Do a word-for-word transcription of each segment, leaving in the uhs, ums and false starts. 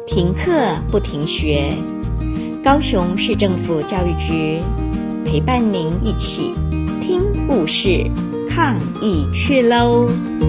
停课不停学，高雄市政府教育局陪伴您一起听故事、抗疫去喽！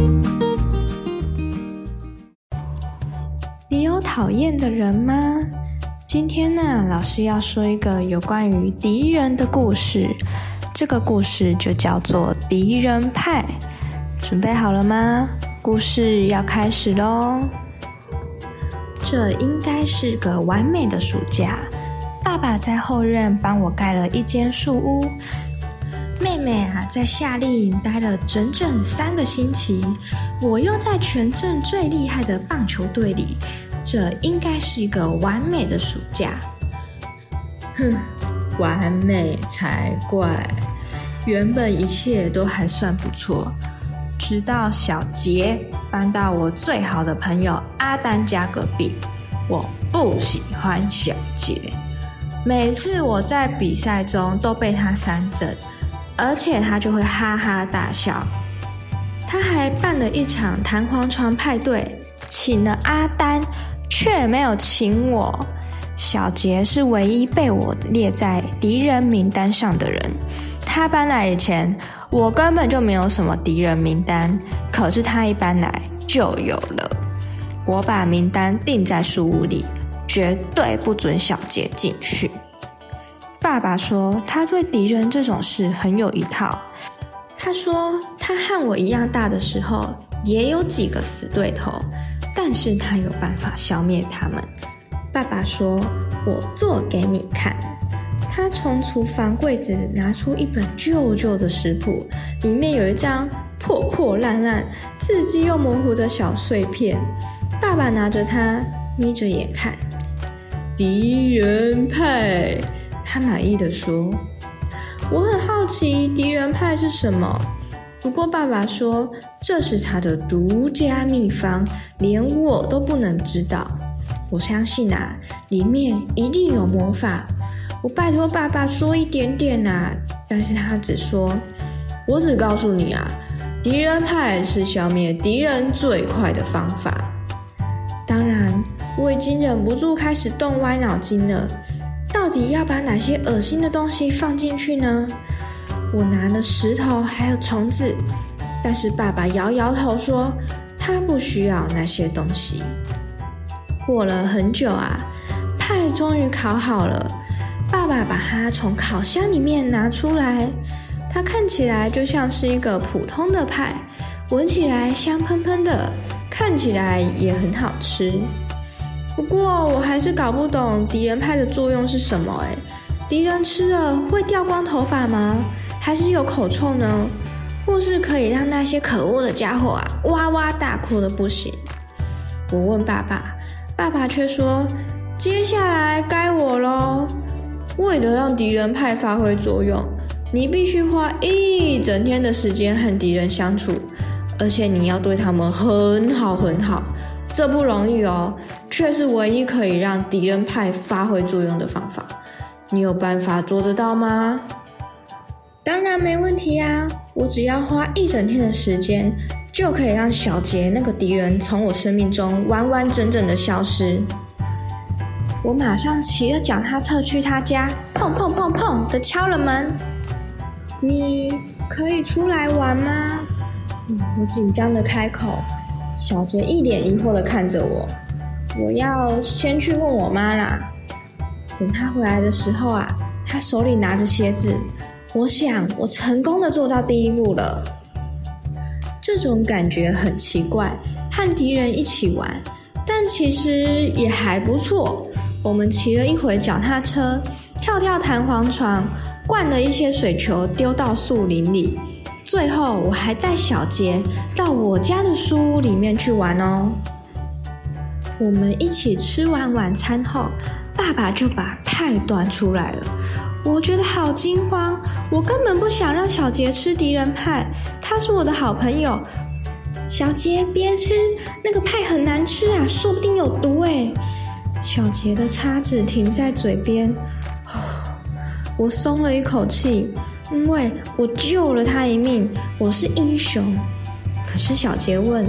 你有讨厌的人吗？今天呢，老师要说一个有关于敌人的故事，这个故事就叫做敌人派。准备好了吗？故事要开始咯。这应该是个完美的暑假，爸爸在后院帮我盖了一间树屋，妹妹啊在夏令营待了整整三个星期，我又在全镇最厉害的棒球队里，这应该是一个完美的暑假。哼，完美才怪！原本一切都还算不错，直到小杰搬到我最好的朋友阿丹家隔壁。我不喜欢小杰，每次我在比赛中都被他三振，而且他就会哈哈大笑。他还办了一场弹簧床派对，请了阿丹，却没有请我。小杰是唯一被我列在敌人名单上的人，他搬来以前我根本就没有什么敌人名单，可是他一搬来就有了。我把名单定在树屋里，绝对不准小杰进去。爸爸说他对敌人这种事很有一套，他说他和我一样大的时候也有几个死对头，但是他有办法消灭他们。爸爸说我做给你看。他从厨房柜子拿出一本旧旧的食谱，里面有一张破破烂烂、字迹又模糊的小碎片。爸爸拿着它，眯着眼看。敌人派，他满意的说。我很好奇敌人派是什么，不过爸爸说这是他的独家秘方，连我都不能知道。我相信啊，里面一定有魔法。我拜托爸爸说一点点啊，但是他只说，我只告诉你啊，敌人派是消灭敌人最快的方法。当然，我已经忍不住开始动歪脑筋了，到底要把哪些恶心的东西放进去呢？我拿了石头还有虫子，但是爸爸摇摇头说，他不需要那些东西。过了很久啊，派终于烤好了。爸爸把它从烤箱里面拿出来，它看起来就像是一个普通的派，闻起来香喷喷的，看起来也很好吃。不过我还是搞不懂敌人派的作用是什么诶，敌人吃了会掉光头发吗？还是有口臭呢？或是可以让那些可恶的家伙啊哇哇大哭的不行？我问爸爸，爸爸却说接下来该我咯。为了让敌人派发挥作用，你必须花一整天的时间和敌人相处，而且你要对他们很好很好，这不容易哦，却是唯一可以让敌人派发挥作用的方法。你有办法做得到吗？当然没问题啊，我只要花一整天的时间，就可以让小杰那个敌人从我生命中完完整整的消失。我马上骑了脚踏车去他家，砰砰砰砰的敲了门。你可以出来玩吗？嗯，我紧张的开口。小杰一脸疑惑的看着我。我要先去问我妈啦。等他回来的时候啊，他手里拿着鞋子。我想我成功的做到第一步了。这种感觉很奇怪，和敌人一起玩，但其实也还不错。我们骑了一回脚踏车，跳跳弹簧床，灌了一些水球丢到树林里，最后我还带小杰到我家的树屋里面去玩哦。我们一起吃完晚餐后，爸爸就把派端出来了。我觉得好惊慌，我根本不想让小杰吃敌人派，他是我的好朋友。小杰别吃，那个派很难吃啊，说不定有毒诶。小杰的叉子停在嘴边，我松了一口气，因为我救了他一命，我是英雄。可是小杰问，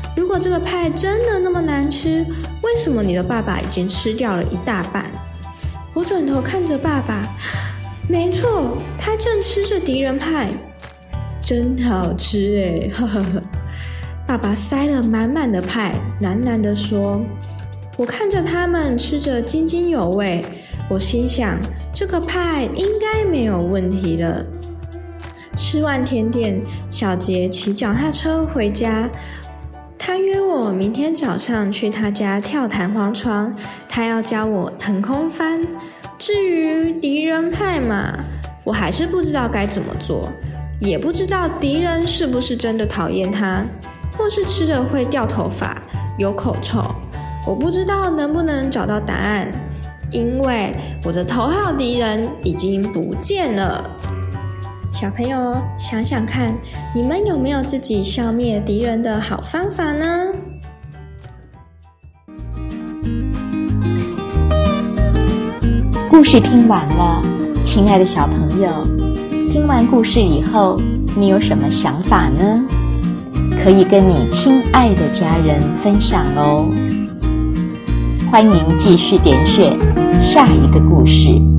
如果这个派真的那么难吃，为什么你的爸爸已经吃掉了一大半？我转头看着爸爸，没错，他正吃着敌人派，真好吃耶，呵呵呵。爸爸塞了满满的派，喃喃地说。我看着他们吃着津津有味，我心想，这个派应该没有问题了。吃完甜点，小杰骑脚踏车回家，他约我明天早上去他家跳弹簧床，他要教我腾空翻。至于敌人派嘛，我还是不知道该怎么做，也不知道敌人是不是真的讨厌他，或是吃了会掉头发、有口臭。我不知道能不能找到答案，因为我的头号敌人已经不见了。小朋友想想看，你们有没有自己消灭敌人的好方法呢？ 故事听完了，亲爱的小朋友，听完故事以后，你有什么想法呢？可以跟你亲爱的家人分享哦。欢迎继续点选下一个故事。